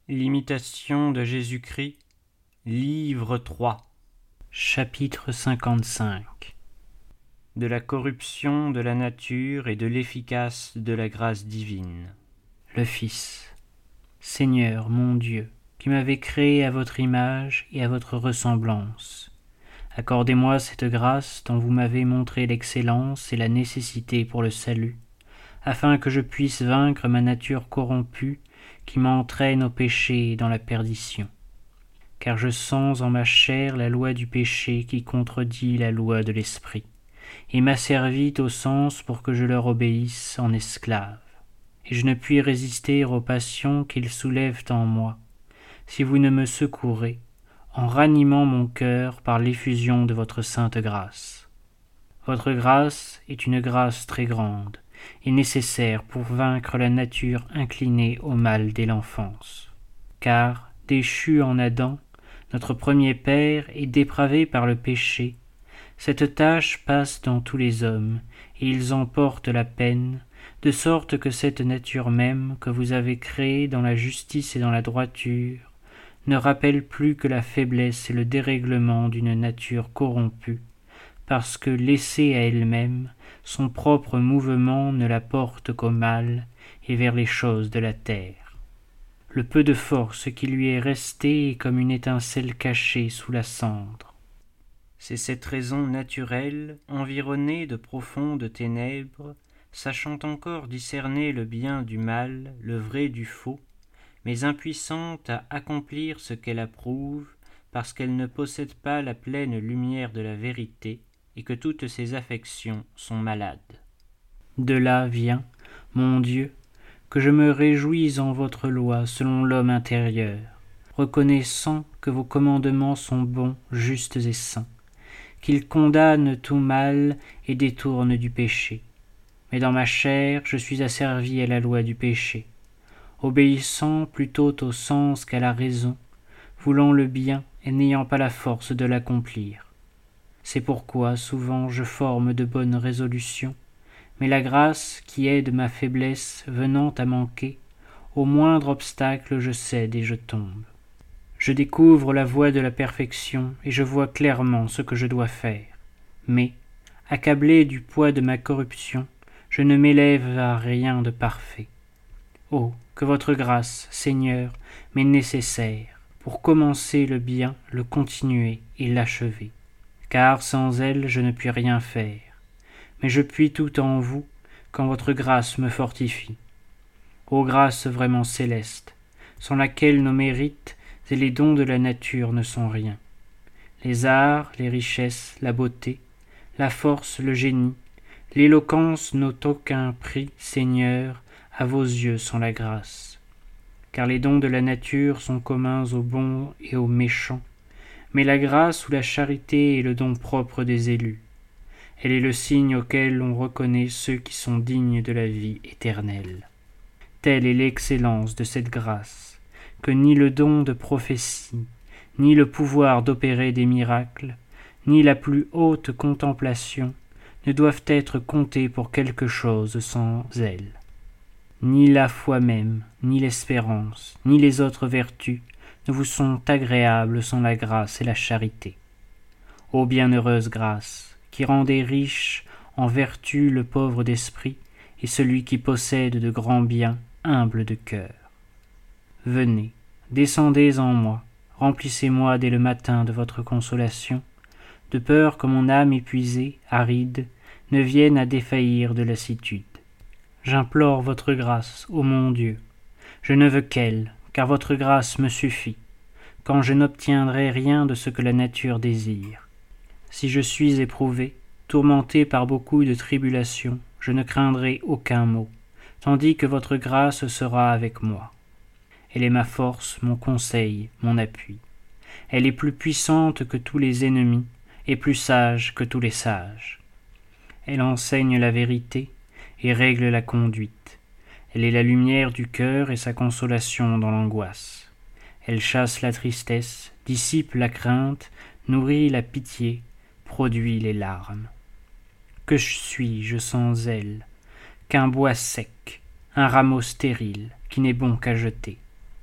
L'imitation de Jésus-Christ, livre 3, chapitre 55. De la corruption de la nature et de l'efficace de la grâce divine. Le Fils. Seigneur, mon Dieu, qui m'avez créé à votre image et à votre ressemblance, accordez-moi cette grâce dont vous m'avez montré l'excellence et la nécessité pour le salut, afin que je puisse vaincre ma nature corrompue qui m'entraîne au péché et dans la perdition. Car je sens en ma chair la loi du péché qui contredit la loi de l'esprit, et m'asservit aux sens pour que je leur obéisse en esclave. Et je ne puis résister aux passions qu'ils soulèvent en moi, si vous ne me secourez, en ranimant mon cœur par l'effusion de votre sainte grâce. Votre grâce est une grâce très grande, et nécessaire pour vaincre la nature inclinée au mal dès l'enfance. Car, déchu en Adam, notre premier père, et dépravé par le péché, cette tâche passe dans tous les hommes, et ils en portent la peine, de sorte que cette nature même que vous avez créée dans la justice et dans la droiture ne rappelle plus que la faiblesse et le dérèglement d'une nature corrompue, parce que laissée à elle-même, son propre mouvement ne la porte qu'au mal et vers les choses de la terre. Le peu de force qui lui est resté est comme une étincelle cachée sous la cendre. C'est cette raison naturelle, environnée de profondes ténèbres, sachant encore discerner le bien du mal, le vrai du faux, mais impuissante à accomplir ce qu'elle approuve, parce qu'elle ne possède pas la pleine lumière de la vérité, et que toutes ses affections sont malades. De là vient, mon Dieu, que je me réjouis en votre loi selon l'homme intérieur, reconnaissant que vos commandements sont bons, justes et saints, qu'ils condamnent tout mal et détournent du péché. Mais dans ma chair, je suis asservi à la loi du péché, obéissant plutôt au sens qu'à la raison, voulant le bien et n'ayant pas la force de l'accomplir. C'est pourquoi souvent je forme de bonnes résolutions, mais la grâce qui aide ma faiblesse venant à manquer, au moindre obstacle je cède et je tombe. Je découvre la voie de la perfection et je vois clairement ce que je dois faire. Mais, accablé du poids de ma corruption, je ne m'élève à rien de parfait. Oh, que votre grâce, Seigneur, m'est nécessaire pour commencer le bien, le continuer et l'achever. Car sans elle je ne puis rien faire, mais je puis tout en vous, quand votre grâce me fortifie. Ô grâce vraiment céleste, sans laquelle nos mérites et les dons de la nature ne sont rien. Les arts, les richesses, la beauté, la force, le génie, l'éloquence n'ont aucun prix, Seigneur, à vos yeux sans la grâce. Car les dons de la nature sont communs aux bons et aux méchants, mais la grâce ou la charité est le don propre des élus. Elle est le signe auquel on reconnaît ceux qui sont dignes de la vie éternelle. Telle est l'excellence de cette grâce, que ni le don de prophétie, ni le pouvoir d'opérer des miracles, ni la plus haute contemplation ne doivent être comptés pour quelque chose sans elle. Ni la foi même, ni l'espérance, ni les autres vertus ne vous sont agréables sans la grâce et la charité. Ô bienheureuse grâce, qui rendez riche en vertu le pauvre d'esprit et celui qui possède de grands biens, humble de cœur. Venez, descendez en moi, remplissez-moi dès le matin de votre consolation, de peur que mon âme épuisée, aride, ne vienne à défaillir de lassitude. J'implore votre grâce, ô mon Dieu. Je ne veux qu'elle, car votre grâce me suffit, quand je n'obtiendrai rien de ce que la nature désire. Si je suis éprouvé, tourmenté par beaucoup de tribulations, je ne craindrai aucun mot, tandis que votre grâce sera avec moi. Elle est ma force, mon conseil, mon appui. Elle est plus puissante que tous les ennemis, et plus sage que tous les sages. Elle enseigne la vérité et règle la conduite. Elle est la lumière du cœur et sa consolation dans l'angoisse. Elle chasse la tristesse, dissipe la crainte, nourrit la pitié, produit les larmes. Que suis-je sans elle? Qu'un bois sec, un rameau stérile, qui n'est bon qu'à jeter.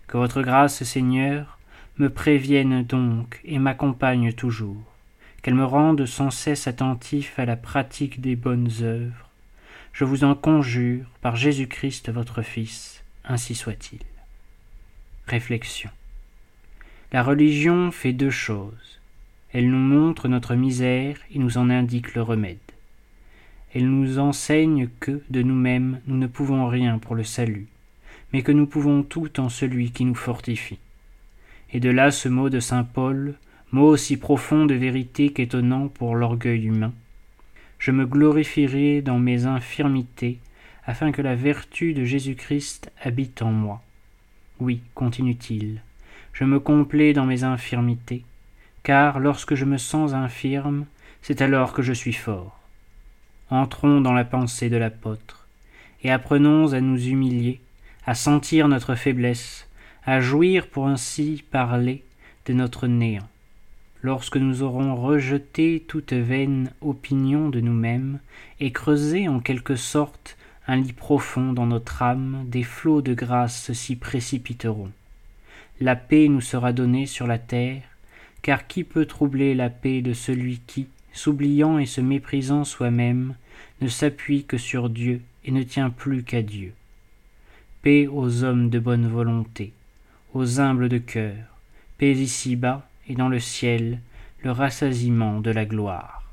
Que votre grâce, Seigneur, me prévienne donc et m'accompagne toujours, qu'elle me rende sans cesse attentif à la pratique des bonnes œuvres. Je vous en conjure, par Jésus-Christ votre Fils, ainsi soit-il. Réflexion. La religion fait deux choses. Elle nous montre notre misère et nous en indique le remède. Elle nous enseigne que, de nous-mêmes, nous ne pouvons rien pour le salut, mais que nous pouvons tout en celui qui nous fortifie. Et de là ce mot de saint Paul, mot aussi profond de vérité qu'étonnant pour l'orgueil humain. Je me glorifierai dans mes infirmités, afin que la vertu de Jésus-Christ habite en moi. Oui, continue-t-il, je me complais dans mes infirmités, car lorsque je me sens infirme, c'est alors que je suis fort. Entrons dans la pensée de l'apôtre, et apprenons à nous humilier, à sentir notre faiblesse, à jouir pour ainsi parler de notre néant. Lorsque nous aurons rejeté toute vaine opinion de nous-mêmes et creusé en quelque sorte un lit profond dans notre âme, des flots de grâce s'y précipiteront. La paix nous sera donnée sur la terre, car qui peut troubler la paix de celui qui, s'oubliant et se méprisant soi-même, ne s'appuie que sur Dieu et ne tient plus qu'à Dieu. Paix aux hommes de bonne volonté, aux humbles de cœur, paix ici-bas et dans le ciel, le rassasiement de la gloire.